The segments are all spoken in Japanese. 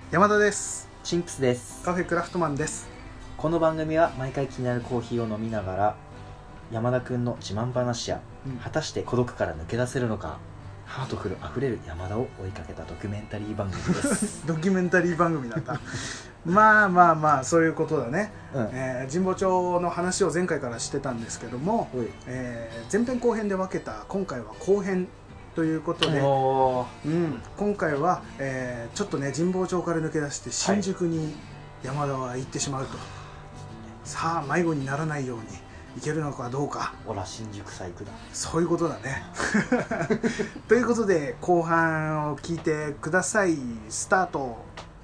山田です。 チンプスです。 カフェクラフトマンです。 この番組は毎回気になるコーヒーを飲みながら山田くんの自慢話や、果たして孤独から抜け出せるのか、ハートフルあふれる山田を追いかけたドキュメンタリー番組ですドキュメンタリー番組だったまあそういうことだね、神保町の話を前回からしてたんですけども、前編後編で分けた今回は後編ということで、今回は、ちょっとね神保町から抜け出して新宿に山田は行ってしまうと、さあ迷子にならないように行けるのかどうか。 ほら新宿細工だ。 そういうことだねということで後半を聞いてください。スタート。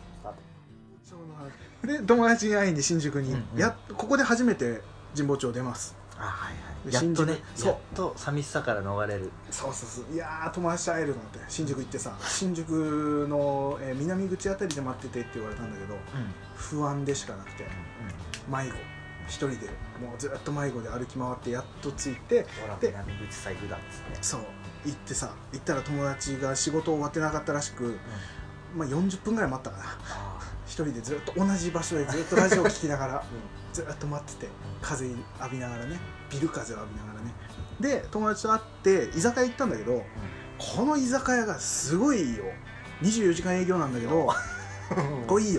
で友達に会いに新宿に、ここで初めて神保町出ます。 やっとね、やっと寂しさから逃れる。 いやー友達と会えるのって新宿行ってさ、新宿の、南口あたりで待っててって言われたんだけど、不安でしかなくて、迷子一人でもうずっと迷子で歩き回ってやっと着いて、 で南口財布だっつって、 そう行ってさ、行ったら友達が仕事終わってなかったらしく、40分ぐらい待ったかな。一人でずっと同じ場所でずっとラジオを聞きながらずっと待ってて、風浴びながらね、ビル風を浴びながらね。で友達と会って居酒屋行ったんだけど、この居酒屋がすごいよ。24時間営業なんだけどこれいいよ、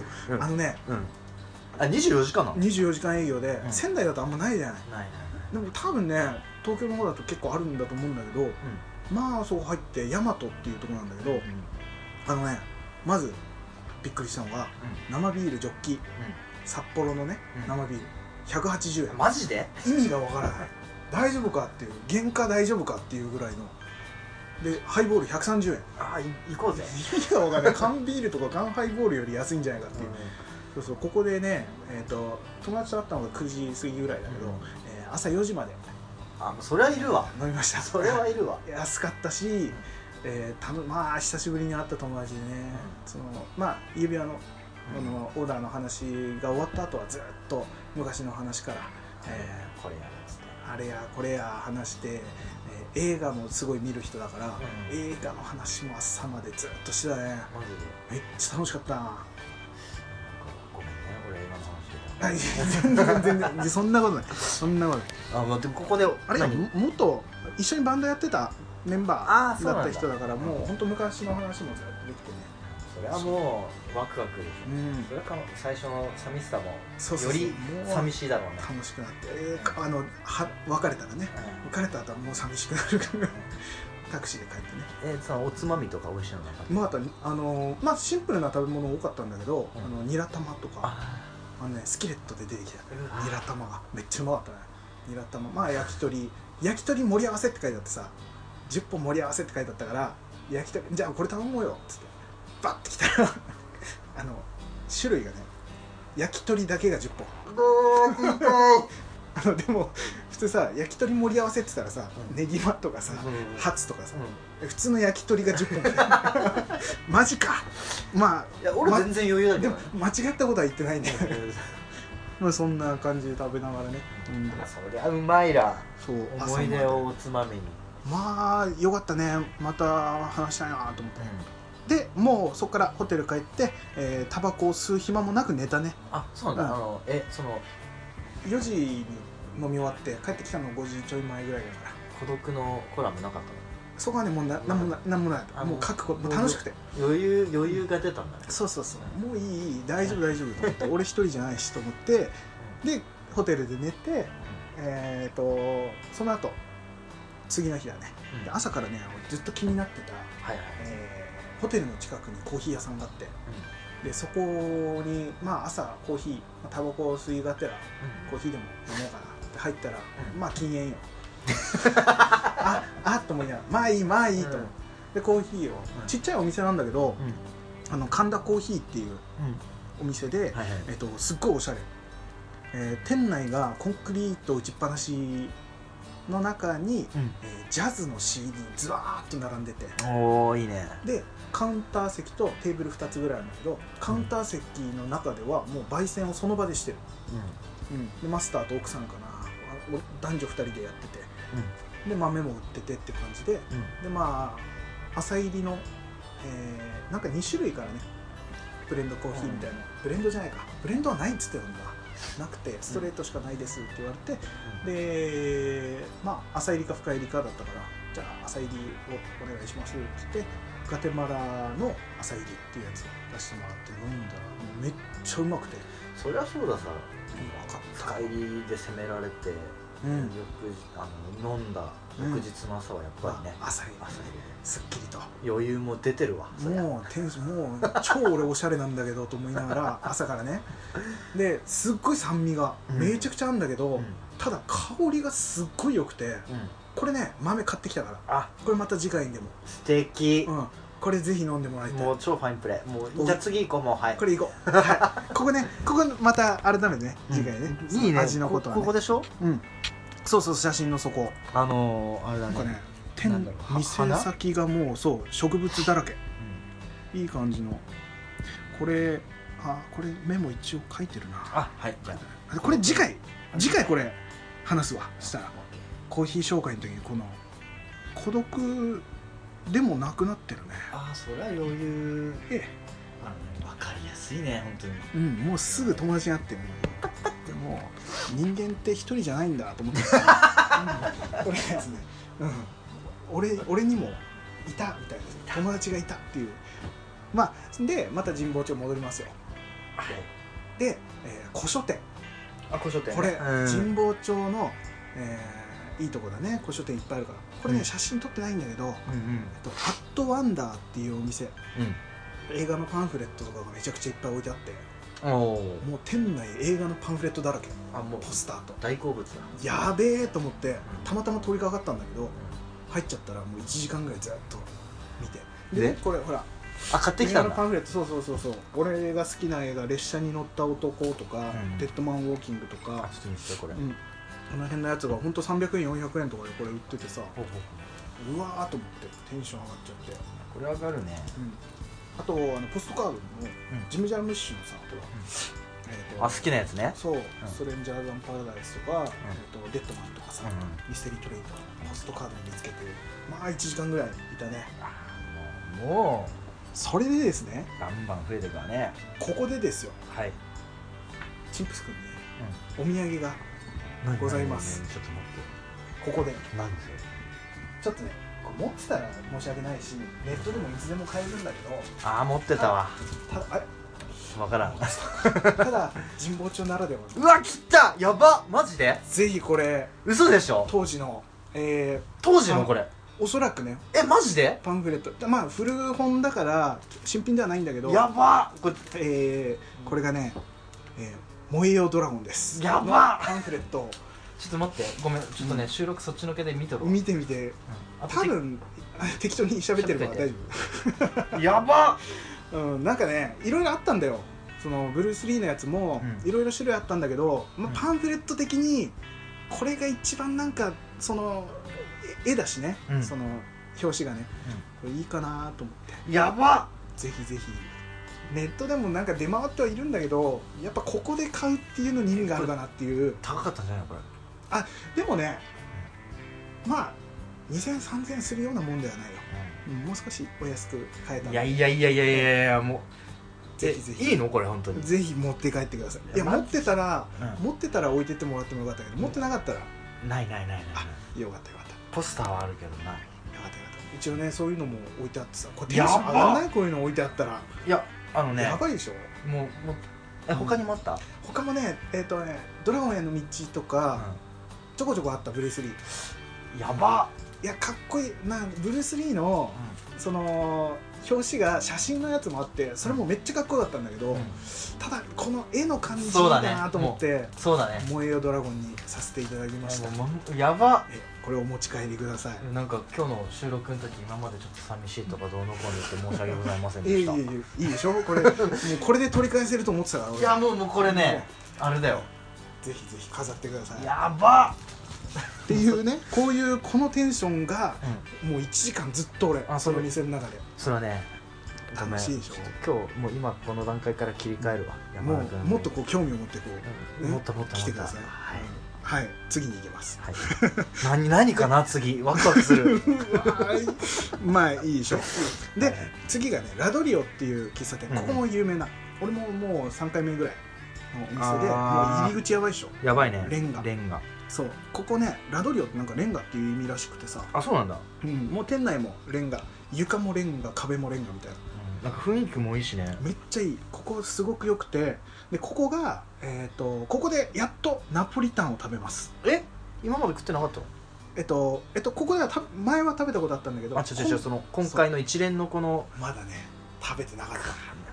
24時間なの ？24時間営業で、仙台だとあんまないじゃない。でも多分ね東京の方だと結構あるんだと思うんだけど、まあそこ入って大和っていうところなんだけど、まずびっくりしたのが、生ビールジョッキ、札幌のね、生ビール180円。 マジで？ 意味がわからない。大丈夫かっていう、原価大丈夫かっていうぐらいので、ハイボール130円。 行こうぜ。 意味がわからない。缶ビールとか缶ハイボールより安いんじゃないかっていう、ここでね、友達と会ったのが9時過ぎぐらいだけど、朝4時までそれはいるわ。 飲みました。 それはいるわ。 安かったし、久しぶりに会った友達でね、指輪のオーダーの話が終わった後はずっと昔の話から、 これやつってあれやこれや話して、映画もすごい見る人だから、映画の話も朝までずっとしてたね。 マジでめっちゃ楽しかったな。 ごめんね、俺映画の話してた。 全然そんなことない。そんなことない。 でここであれや、もっと一緒にバンドやってたメンバーだった人だから、もう本当昔の話もずっとできてね。 それはもうワクワクでしょ。それか最初の寂しさもより寂しいだろうね。 楽しくなって、別れたらね、別れた後はもう寂しくなるからタクシーで帰ってね。 そのおつまみとか美味しいのなかった？シンプルな食べ物多かったんだけど、ニラ玉とかスキレットで出てきたニラ玉がめっちゃうまかったね。ニラ玉、焼き鳥盛り合わせって書いてあってさ、10本盛り合わせって書いてあったから、焼き鳥じゃあこれ頼もうよっつってバッてきたら種類がね、焼き鳥だけが10本。でも普通さ、焼き鳥盛り合わせって言ったらさ、ネギマとかさ、ハツとかさ、普通の焼き鳥が10本。マジか。 いや俺全然余裕だけど、 でも間違ったことは言ってないんだよそんな感じで食べながらね。 そりゃうまいら。思い出をおつまみに。 よかったね。また話したいなと思って、でもうそこからホテル帰って、タバコを吸う暇もなく寝たね。 そうなんだ。その 4時に飲み終わって帰ってきたの5時ちょい前ぐらいだから。 孤独のコラムなかったの？ そこはね、もう何もない。もう書くこと楽しくて余裕が出たんだね。 そうもういい大丈夫と思って俺一人じゃないしと思ってでホテルで寝て、その後次の日だね、朝からねずっと気になってた、ホテルの近くにコーヒー屋さんがあって、でそこに朝コーヒー、タバコを吸いがてら、コーヒーでも飲もうかなって入ったら、禁煙よと思いながら、まあいいと思って、でコーヒーを、ちっちゃいお店なんだけど、神田コーヒーっていうお店で、すっごいおしゃれ、店内がコンクリート打ちっぱなしの中に、ジャズの CD ずわーっと並んでて、 いいね。でカウンター席とテーブル2つぐらいあるんだけど、カウンター席の中ではもう焙煎をその場でしてる、でマスターと奥さんかな、男女2人でやってて、で豆も売っててって感じで、で朝入りの、なんか2種類からねブレンドコーヒーみたいな、ブレンドじゃないか、ブレンドはないっつってたんだ、なくてストレートしかないですって言われて、でまあ浅入りか深入りかだったから、じゃあ浅入りをお願いしますって言ってガテマラの浅入りっていうやつを出してもらって飲んだらめっちゃうまくて、 そりゃそうださ、 分かった深入りで攻められて、飲んだ翌日の朝はやっぱりね、 浅入りすっきりと余裕も出てるわ。 もうテンションもう超俺おしゃれなんだけどと思いながら朝からね、ですっごい酸味がめちゃくちゃあるんだけど、ただ香りがすっごい良くて、これね豆買ってきたから、これまた次回にでも素敵、 これぜひ飲んでもらいたい。 もう超ファインプレー。もうじゃあ次行こう。もうはい、 これ行こう、はい、ここね、ここまた改めてね次回ね、 いいね、 味のことはね、 ここでしょ。 そうそう、写真の底、 あれだね、 なんかね、店先がもうそう植物だらけ、いい感じの、これこれメモ一応書いてるな。 はい、じゃあこれ次回これ話すわ。したらコーヒー紹介の時にこの孤独でもなくなってるね。 それは余裕。分かりやすいね本当に。 もうすぐ友達に会ってもう人間って一人じゃないんだと思ってこれですね、俺にもいたみたいな、友達がいたっていう。まあでまた神保町戻りますよ。で古書店、 古書店、 これ神保町のいいとこだね。古書店いっぱいあるから、これね写真撮ってないんだけど、アットワンダーっていうお店、映画のパンフレットとかがめちゃくちゃいっぱい置いてあって、もう店内映画のパンフレットだらけ、もうポスターと。 大好物だ。 やべえと思ってたまたま通りかかったんだけど、入っちゃったらもう1時間ぐらいずっと見て、でこれほら買ってきたんだ、 映画のパンフレット。そう俺が好きな映画、列車に乗った男とか、デッドマンウォーキングとか、 ちょっと見てこれ、 この辺のやつがほんと300円400円とかでこれ売っててさ、うわーと思ってテンション上がっちゃって。 これ上がるね。 あとポストカードのジム・ジャームッシュのさ、 好きなやつね。 そう、ストレンジャーズ・パラダイスとか、デッドマンとかさ、ミステリートレインとかポストカードに見つけて、まあ1時間ぐらいいたね。 もうそれでですね、 バンバン増えてるからね。 ここでですよ、 はい、 チンプス君にお土産がございます。 ちょっと待って、 ここで何でちょっとね、持ってたら申し訳ないし、ネットでもいつでも買えるんだけど、 持ってたわ。分からんただ神保町ならではの。 うわ、来た、やば、マジで。 ぜひこれ嘘でしょ。 当時のこれおそらくね、 マジでパンフレット、まあ古本だから新品ではないんだけど、 やばこれがね、燃えよドラゴンです。 やばパンフレット。 ちょっと待って、ごめん、ちょっとね、収録そっちのけで見とろう。 見て多分適当に喋ってるから大丈夫。やばなんかね、いろいろあったんだよ。そのブルース・リーのやつもいろいろ種類あったんだけど、パンフレット的にこれが一番なんかその絵だしね、その表紙がね、これいいかなと思って。 やば、 ぜひぜひ。ネットでもなんか出回ってはいるんだけど、やっぱここで買うっていうのに意味があるかなっていう。 高かったんじゃないこれ。 でもね、まあ2000、3000円するようなもんではないよ。もう少しお安く買えた。 いやもうぜひぜひ。 いいのこれ本当に。 ぜひ持って帰ってください。いや、持ってたら置いてってもらってもよかったけど、持ってなかったらない。 よかったよかった。 ポスターはあるけどな。 よかった。一応ね、そういうのも置いてあってさ、これテンション上がらない？こういうの置いてあったら。 いや、 やばいでしょ。 もう他にもあった？ 他もね、ドラゴンへの道とかちょこちょこあった。ブルース・リーやば。 いや、かっこいいな。ブルース・リーのその表紙が写真のやつもあって、それもめっちゃかっこよかったんだけど、ただこの絵の感じだなと思って、 そうだね、 燃えよドラゴンにさせていただきました。 やば。これをお持ち帰りください。 なんか今日の収録の時、今までちょっと寂しいとかどうのこうのって申し訳ございませんでした。 いいでしょ。これもうこれで取り返せると思ってたから。 いや、もうこれね、あれだよ。 ぜひぜひ飾ってください。 やばっていうね、このテンションがもう1時間ずっと俺その店の中で。 それはね、 楽しいでしょ。 今日もう今この段階から切り替えるわ。 もっとこう興味を持ってこうもっと来てください。 はい、次に行きます。 はい、何かな次ワクワクするまあいいでしょ。で、次がねラドリオっていう喫茶店、ここも有名な、俺ももう3回目ぐらいのお店で、もう入り口やばいでしょ。 やばいね。 レンガ。そう、ここねラドリオってなんかレンガっていう意味らしくてさ。 あ、そうなんだ。 もう店内もレンガ、床もレンガ、壁もレンガみたいな。 なんか雰囲気もいいしね。 めっちゃいい。ここすごく良くて、でここがここでやっとナポリタンを食べます。 今まで食ってなかったの？ ここでは前は食べたことあったんだけど、 その今回の一連のこのまだね食べてなかった。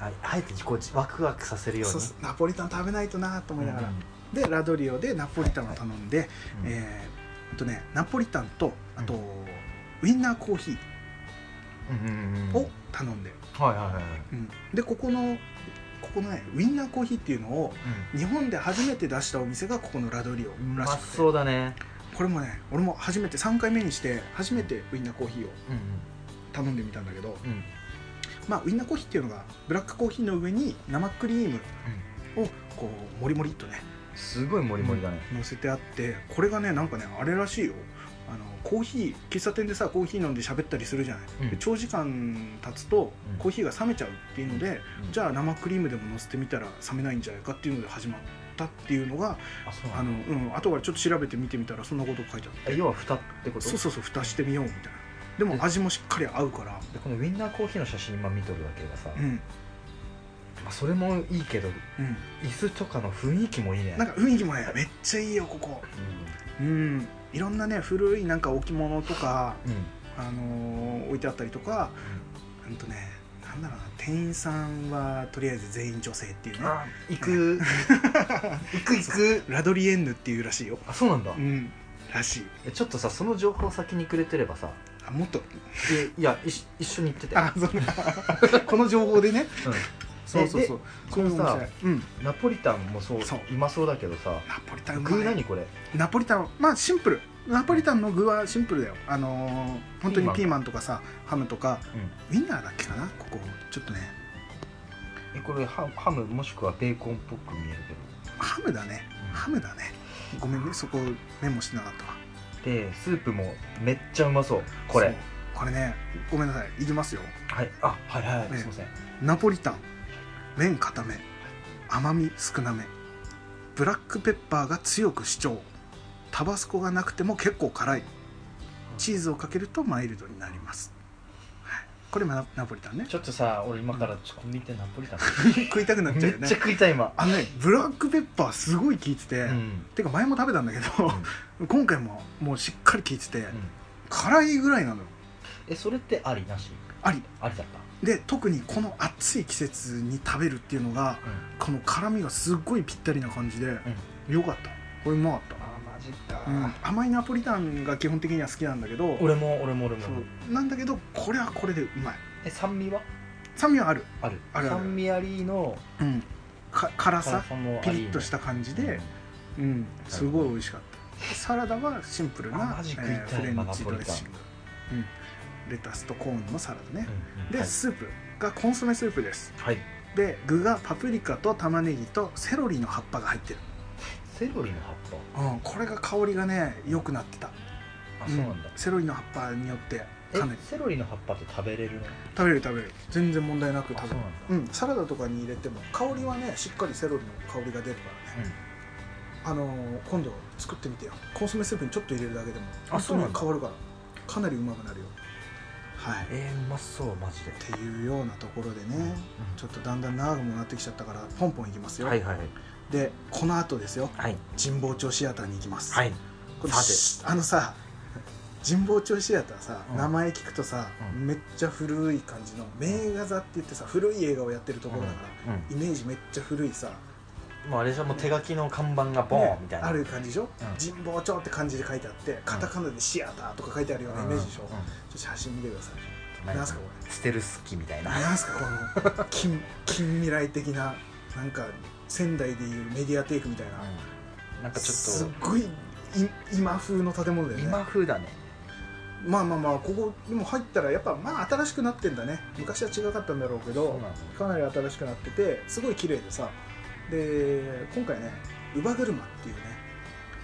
あえてこうワクワクさせるように。 そうナポリタン食べないとなと思いながら、でラドリオでナポリタンを頼んで、ナポリタンとあと、ウインナーコーヒーを頼んで、でここのねウインナーコーヒーっていうのを日本で初めて出したお店がここのラドリオらしくて、 そうだね。 これもね俺も初めて3回目にして初めてウインナーコーヒーを頼んでみたんだけど、まあウインナーコーヒーっていうのがブラックコーヒーの上に生クリームをこうモリモリっとね、 すごいモリモリだね、 乗せてあって、これがねなんかねあれらしいよ。コーヒー喫茶店でさコーヒー飲んで喋ったりするじゃない、で長時間経つとコーヒーが冷めちゃうっていうので、じゃあ生クリームでも乗せてみたら冷めないんじゃないかっていうので始まったっていうのが、後からちょっと調べて見てみたらそんなこと書いてあって、 要は蓋ってこと？ そう蓋してみようみたいな。でも味もしっかり合うから。 でこのウインナーコーヒーの写真今見とるだけがさ、それもいいけど、椅子とかの雰囲気もいいね。 なんか雰囲気もねめっちゃいいよここ。いろんなね古いなんか置物とか、置いてあったりとか、なんだろうな、店員さんはとりあえず全員女性っていうね。 行くラドリエンヌっていうらしいよ。 あ、そうなんだ。 らしい。 ちょっとさその情報先にくれてればさ、 もっといや一緒に行ってて、 この情報でね。そうこのさナポリタンもそううまそうだけどさ、 ナポリタン具何これ？ ナポリタンまあシンプル。ナポリタンの具はシンプルだよ。本当にピーマンとかさハムとか、ウインナーだっけかな、ここちょっとね。 これハムもしくはベーコンっぽく見えるけど。 ハムだね。ごめんね、そこメモしてなかったわ。 でスープもめっちゃうまそう。これね、ごめんなさい、いきますよ。 はい、すいません。 ナポリタン麺固め、甘み少なめ、ブラックペッパーが強く主張、タバスコがなくても結構辛い、チーズをかけるとマイルドになります。これナポリタンね。 ちょっとさ俺今からコンビニでナポリタン食いたくなっちゃうよね。 めっちゃ食いたい今。 ブラックペッパーすごい効いてて、てか前も食べたんだけど、今回ももうしっかり効いてて、辛いぐらいなのよ。 それってありなし？ありだった。 で特にこの暑い季節に食べるっていうのが、この辛みがすっごいぴったりな感じで、よかった。これうまかった。 マジか。 甘いナポリタンが基本的には好きなんだけど、 俺もなんだけどこれはこれでうまい。 酸味はある。 酸味ありの辛さピリッとした感じで、すごい美味しかった。サラダはシンプルなフレンチドレッシング、レタスとコーンのサラダね。でスープがコンソメスープです。で具がパプリカと玉ねぎとセロリの葉っぱが入ってる。 セロリの葉っぱ？これが香りがね良くなってた。 そうなんだ。 セロリの葉っぱによってかなり。 セロリの葉っぱって食べれるの？ 食べる。全然問題なく食べる。サラダとかに入れても香りはねしっかりセロリの香りが出るからね。今度作ってみてよ。コンソメスープにちょっと入れるだけでも本当に変わるから、かなりうまくなるよ。 うまそうマジで。 っていうようなところでね、ちょっとだんだん長くもなってきちゃったからポンポンいきますよ。でこの後ですよ、神保町シアターに行きます。これさ神保町シアターさ、名前聞くとさ、めっちゃ古い感じの名画座って言ってさ古い映画をやってるところだから、イメージめっちゃ古いさ、 もうあれじゃもう手書きの看板がボーンみたいな、 ある感じでしょ。神保町って漢字で書いてあってカタカナでシアターとか書いてあるようなイメージでしょ。ちょっと写真見てください。なんすかこれ、 ステルス機みたいな。 なんすかこの近未来的な、なんか仙台でいうメディアテークみたいな、なんかちょっとすっごい今風の建物だよね。 今風だね。 まあここでも入ったらやっぱ新しくなってんだね。昔は違かったんだろうけど、かなり新しくなっててすごい綺麗でさ。で今回ね乳母車っていうね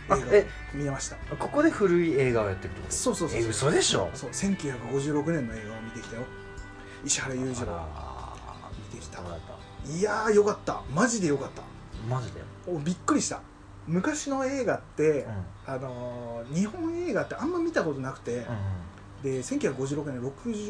映画を見ました。 ここで古い映画をやってるってこと？ そうそうそう。 嘘でしょ？ そう、1956年の映画を見てきたよ。石原裕次郎見てきた。いやーよかった、マジでよかった。 マジでびっくりした。昔の映画って、日本映画ってあんま見たことなくて、で1956年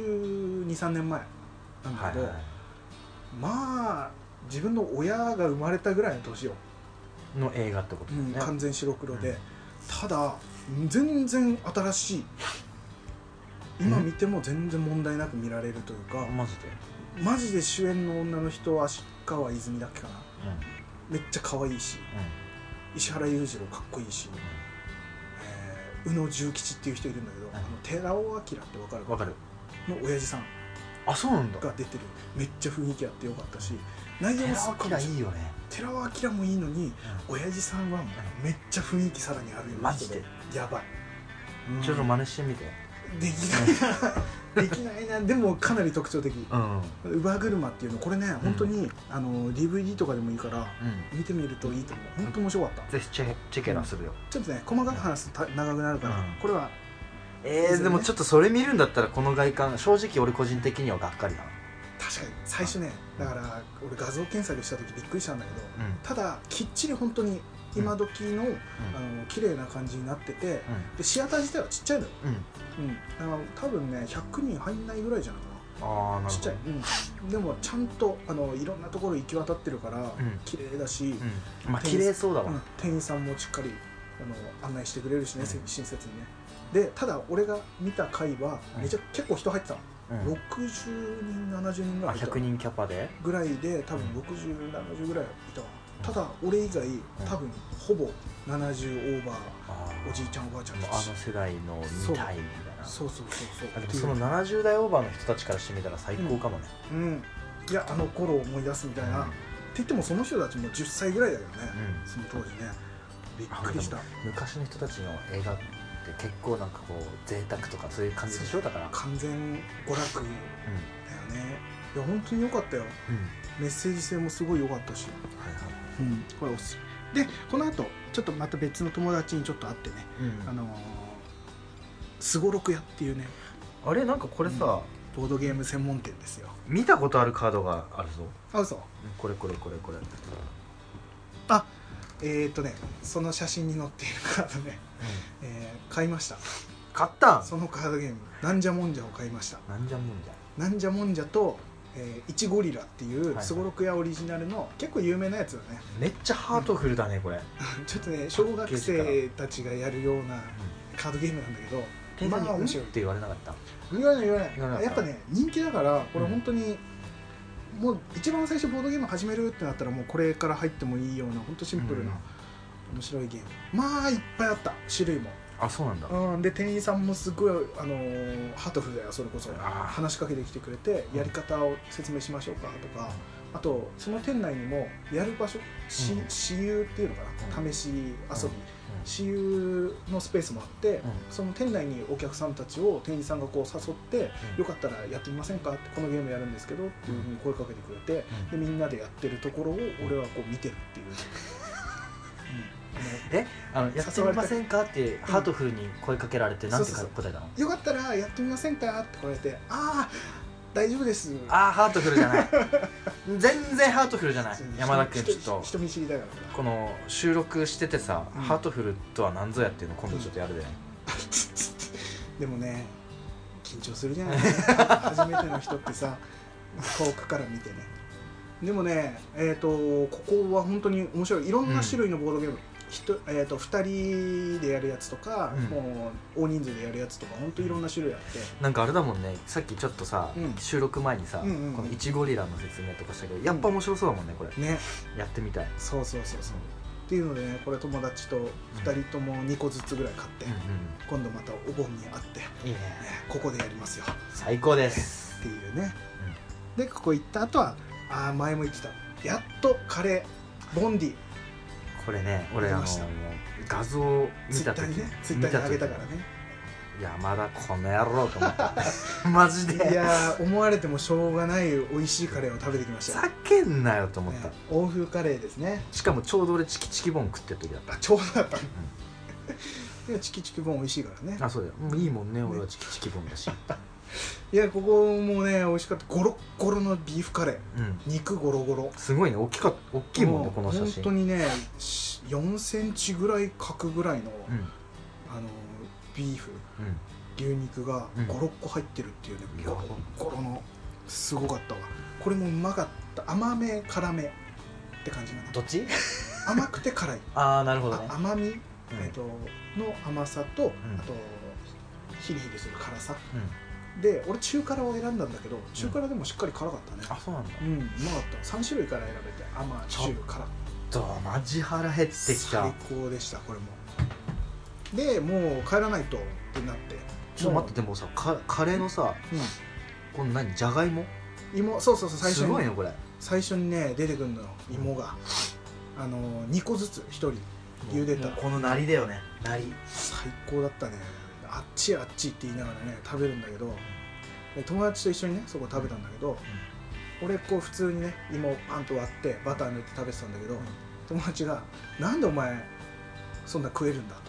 62、3年前なんだけど、まあ自分の親が生まれたぐらいの年よの映画ってことですね、 完全白黒で、ただ全然新しい、今見ても全然問題なく見られるというか、マジで主演の女の人は芦川泉だっけかな、めっちゃ可愛いし、石原裕次郎かっこいいし、宇野重吉っていう人いるんだけど、寺尾明って分かる？ 分かるの親父さん、 あ、そうなんだ、 が出てる。めっちゃ雰囲気あってよかったし、内容もすごい。 寺尾明いいよね。 寺尾明もいいのに、親父さんはめっちゃ雰囲気さらにあるような人で、やばい。 ちょっと真似してみて。 できないなできないな。でもかなり特徴的。乳母車っていうの、これね本当にDVD とかでもいいから見てみるといいと思う。本当面白かった。 ぜひチェケラするよ。ちょっとね細かく話すと長くなるから、これはでもちょっとそれ見るんだったらこの外観、正直俺個人的にはがっかりだな。 確かに最初ね、だから俺画像検索した時びっくりしたんだけど、ただきっちり本当に今時の綺麗な感じになってて、でシアター自体はちっちゃいのよ。多分ね100人入んないぐらいじゃないかな。ちっちゃい。でもちゃんといろんなところ行き渡ってるから綺麗だし、 まあ綺麗そうだわ。 店員さんもしっかり案内してくれるしね、親切にね。でただ俺が見た回は結構人入ってたの。60人70人ぐらいいた。 100人キャパでぐらいで、多分60、70ぐらいいたわ。ただ俺以外多分ほぼ70オーバー、おじいちゃんおばあちゃんたち、 世代の見たいみたいな。 そうでもその70代オーバーの人たちからしてみたら最高かもね。 いや頃を思い出すみたいな、って言ってもその人たちも10歳ぐらいだけどね、その当時ね。びっくりした。 昔の人たちの映画って結構なんかこう贅沢とかそういう感じでしょ。だから完全娯楽だよね。いや本当に良かったよ。メッセージ性もすごい良かったし、これおすすめで、この後ちょっとまた別の友達にちょっと会ってね、すごろく屋っていうね、 あれなんかこれさ、 ボードゲーム専門店ですよ。 見たことあるカードがあるぞ。 あ、嘘。 これあ、その写真に載っているカードね、買いました。 買った。 そのカードゲームなんじゃもんじゃを買いました。 なんじゃもんじゃとイチゴリラっていうすごろく屋オリジナルの結構有名なやつだね。 めっちゃハートフルだねこれ。 ちょっとね小学生たちがやるようなカードゲームなんだけど、 まあ面白いって言われなかった。 言わない。やっぱね人気だからこれ本当に、もう一番最初ボードゲーム始めるってなったらもうこれから入ってもいいような本当シンプルな面白いゲーム。まあいっぱいあった、種類も。 あ、そうなんだ。 で店員さんもすごいハートフルだよ。それこそ話しかけてきてくれて、やり方を説明しましょうかとか、あとその店内にもやる場所、私有っていうのかな、試し遊び、私有のスペースもあって、その店内にお客さんたちを店員さんがこう誘って、よかったらやってみませんかって、このゲームやるんですけどっていうふうに声かけてくれて、でみんなでやってるところを俺はこう見てるっていう。 やってみませんかってハートフルに声かけられて、なんて答えたの？ よかったらやってみませんかって言われて、ああ大丈夫です。 ハートフルじゃない全然ハートフルじゃない。山田君ちょっと人見知りだからこの収録しててさ、ハートフルとは何ぞやっていうの今度ちょっとやるで。 でもね緊張するじゃない初めての人ってさ、遠くから見てね。でもねここは本当に面白い。いろんな種類のボードゲーム、2人でやるやつとか、もう大人数でやるやつとか、本当いろんな種類あって、 なんかあれだもんね、さっきちょっとさ、収録前にさ、このイチゴリラの説明とかしたけど、やっぱ面白そうだもんねこれね。やってみたい。 そうっていうのでね、これ友達と2人とも2個ずつぐらい買って、今度またお盆に会ってここでやりますよ。 最高ですっていうね。でここ行った後は前も言ってた、やっとカレーボンディ。 これね、俺画像見た時にツイッターに上げたからね。 いや、まだこの野郎と思ったマジで。 いや思われてもしょうがない美味しいカレーを食べてきましたよ。 叫んなよと思った。 欧風カレーですね。 しかもちょうど俺チキチキボン食ってる時だった。 ちょうどだった。 チキチキボン美味しいからね。 あ、そうだよ、もういいもんね、俺はチキチキボンだしいや、ここもね美味しかった。ゴロッゴロのビーフカレー、肉ゴロゴロ、 すごいね、大きいもんね、この写真。 本当にね4センチぐらい角ぐらいの、ビーフ、牛肉が56個入ってるっていうね、ゴロッゴロのすごかったわ。これもうまかった。甘め辛めって感じかな。 どっち？ 甘くて辛い。 ああ、なるほどね。 甘み、の甘さと、あとヒリヒリする辛さ、で俺中辛を選んだんだけど、中辛でもしっかり辛かったね。 あ、そうなんだ。 うまかった。3種類から選べて、甘、中、辛。 マジ腹減ってきた。 最高でした。これもでもう帰らないとってなって。 ちょっと待って、でもさ、カレーのさ、この何、じゃがいも、 そう最初に、 すごいねこれ。 最初にね出てくるのよ、芋が。2個ずつ1人茹でた。 このなりだよね、なり最高だったね。あっちあっちって言いながらね食べるんだけど、友達と一緒にねそこ食べたんだけど、俺こう普通にね芋をパンと割ってバター塗って食べてたんだけど、友達が「なんでお前そんな食えるんだ」と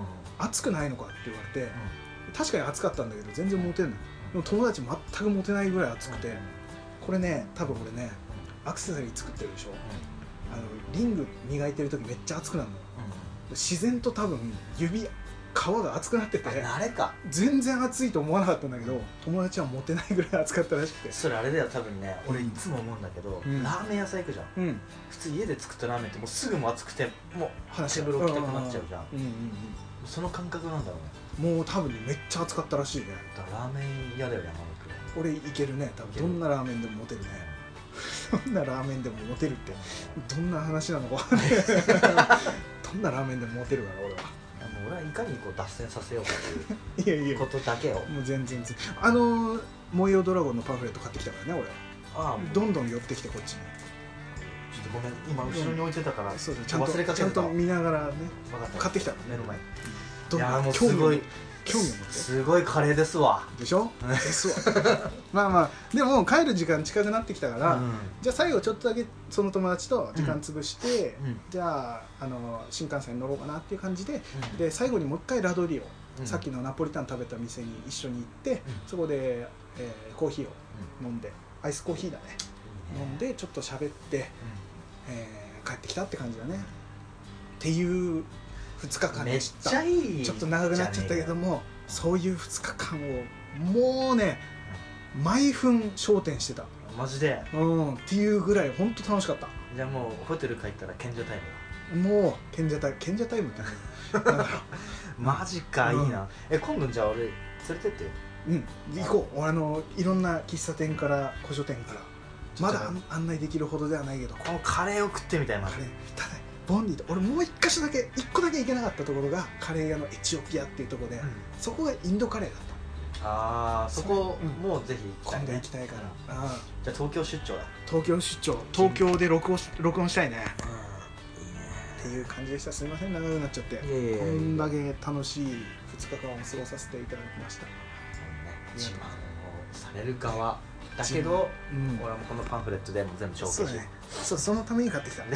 「熱くないのか?」って言われて、確かに熱かったんだけど全然モテんの。でも友達全くモテないぐらい熱くて、これね多分俺ねアクセサリー作ってるでしょ、リング磨いてる時めっちゃ熱くなるの、自然と多分皮が熱くなってて、 あれか、 全然熱いと思わなかったんだけど、友達はモテないぐらい熱かったらしくて。 それあれだよ多分ね、俺いつも思うんだけど、ラーメン屋さん行くじゃん、普通家で作ったラーメンってもうすぐも熱くてもうテーブル置きたくなっちゃうじゃん、その感覚なんだろうね。もう多分ねめっちゃ熱かったらしいね。 だからラーメン屋だよ、山本君。俺いけるね多分。どんなラーメンでもモテるね。どんなラーメンでもモテるってどんな話なのかどんなラーメンでもモテるから俺は。 俺はいかにこう脱線させようかということだけを。 もう全然燃えよドラゴンのパンフレット買ってきたからね俺。どんどん寄ってきてこっちに。 ちょっとごめん、今後ろに置いてたからち忘れかけてた。 ちゃんと見ながらね買ってきた目の前に。 いやもうすごい興味を持って。 すごいカレーですわ。 でしょですわまあでも帰る時間近くなってきたから、じゃあ最後ちょっとだけその友達と時間潰して、じゃあ新幹線乗ろうかなっていう感じで、で最後にもう一回ラドリオ、さっきのナポリタン食べた店に一緒に行って、そこで、コーヒーを飲んで、アイスコーヒーだね、飲んでちょっと喋って、帰ってきたって感じだねっていう2日間でした。 めっちゃいい。 ちょっと長くなっちゃったけども、そういう2日間をもうね毎分焦点してた。 マジで。 っていうぐらい本当楽しかった。 じゃあもうホテル帰ったら賢者タイムだ。もう賢者タイムってマジか、いいな。今度じゃあ俺連れてって。 行こう。いろんな喫茶店から古書店からまだ案内できるほどではないけど、 このカレーを食ってみたい。マジで。 ボンディと俺もう1箇所だけ1個だけ行けなかったところがカレー屋のエチオピアっていうところで、そこがインドカレーだった。 そこもうぜひ今度行きたいから。 じゃあ東京出張だ。 東京で録音したいね。っていう感じでした。すみません長くなっちゃって。こんだけ楽しい2日間を過ごさせていただきました。 自慢をされる側だけど、俺はもうこのパンフレットでも全部紹介して、 そのために買ってきたんで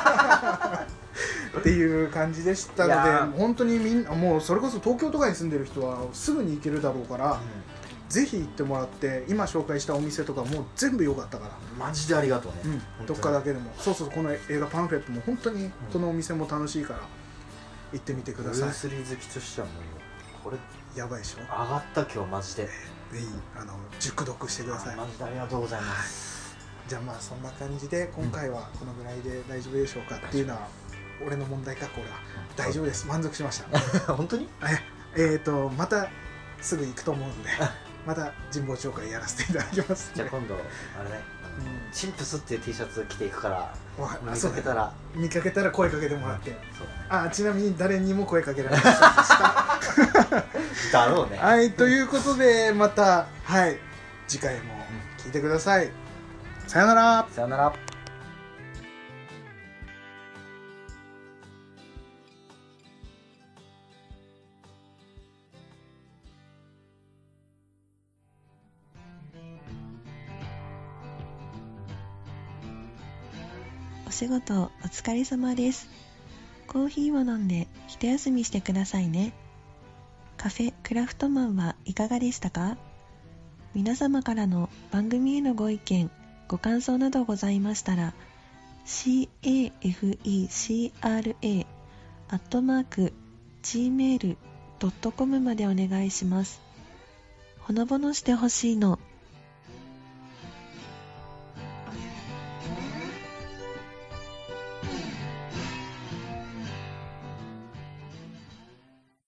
っていう感じでしたので、本当にみんなもうそれこそ東京とかに住んでる人はすぐに行けるだろうから、ぜひ行ってもらって。今紹介したお店とかもう全部良かったから、 マジでありがとうね。 どっかだけでも。この映画パンフレットも本当にこのお店も楽しいから行ってみてください。 ブルース・リー好きとしてはもうこれやばいでしょ。 上がった今日マジで。 ぜひ熟読してください。 マジでありがとうございます。 じゃあまあそんな感じで今回はこのぐらいで大丈夫でしょうかっていうのは俺の問題か。これは大丈夫です。満足しました本当に。 またすぐ行くと思うのでまた神保町会やらせていただきます。 じゃあ今度あれね、チンプスっていう T シャツ着ていくから、見かけたら声かけてもらって。ちなみに誰にも声かけられませんでしただろうね。 はい、ということでまた次回も聞いてください。さよなら。 さよなら。 お仕事お疲れ様です。 コーヒーを飲んで一休みしてくださいね。カフェクラフトマンはいかがでしたか？皆様からの番組へのご意見、ご感想などございましたら、cafecra@gmail.com までお願いします。ほのぼのしてほしいの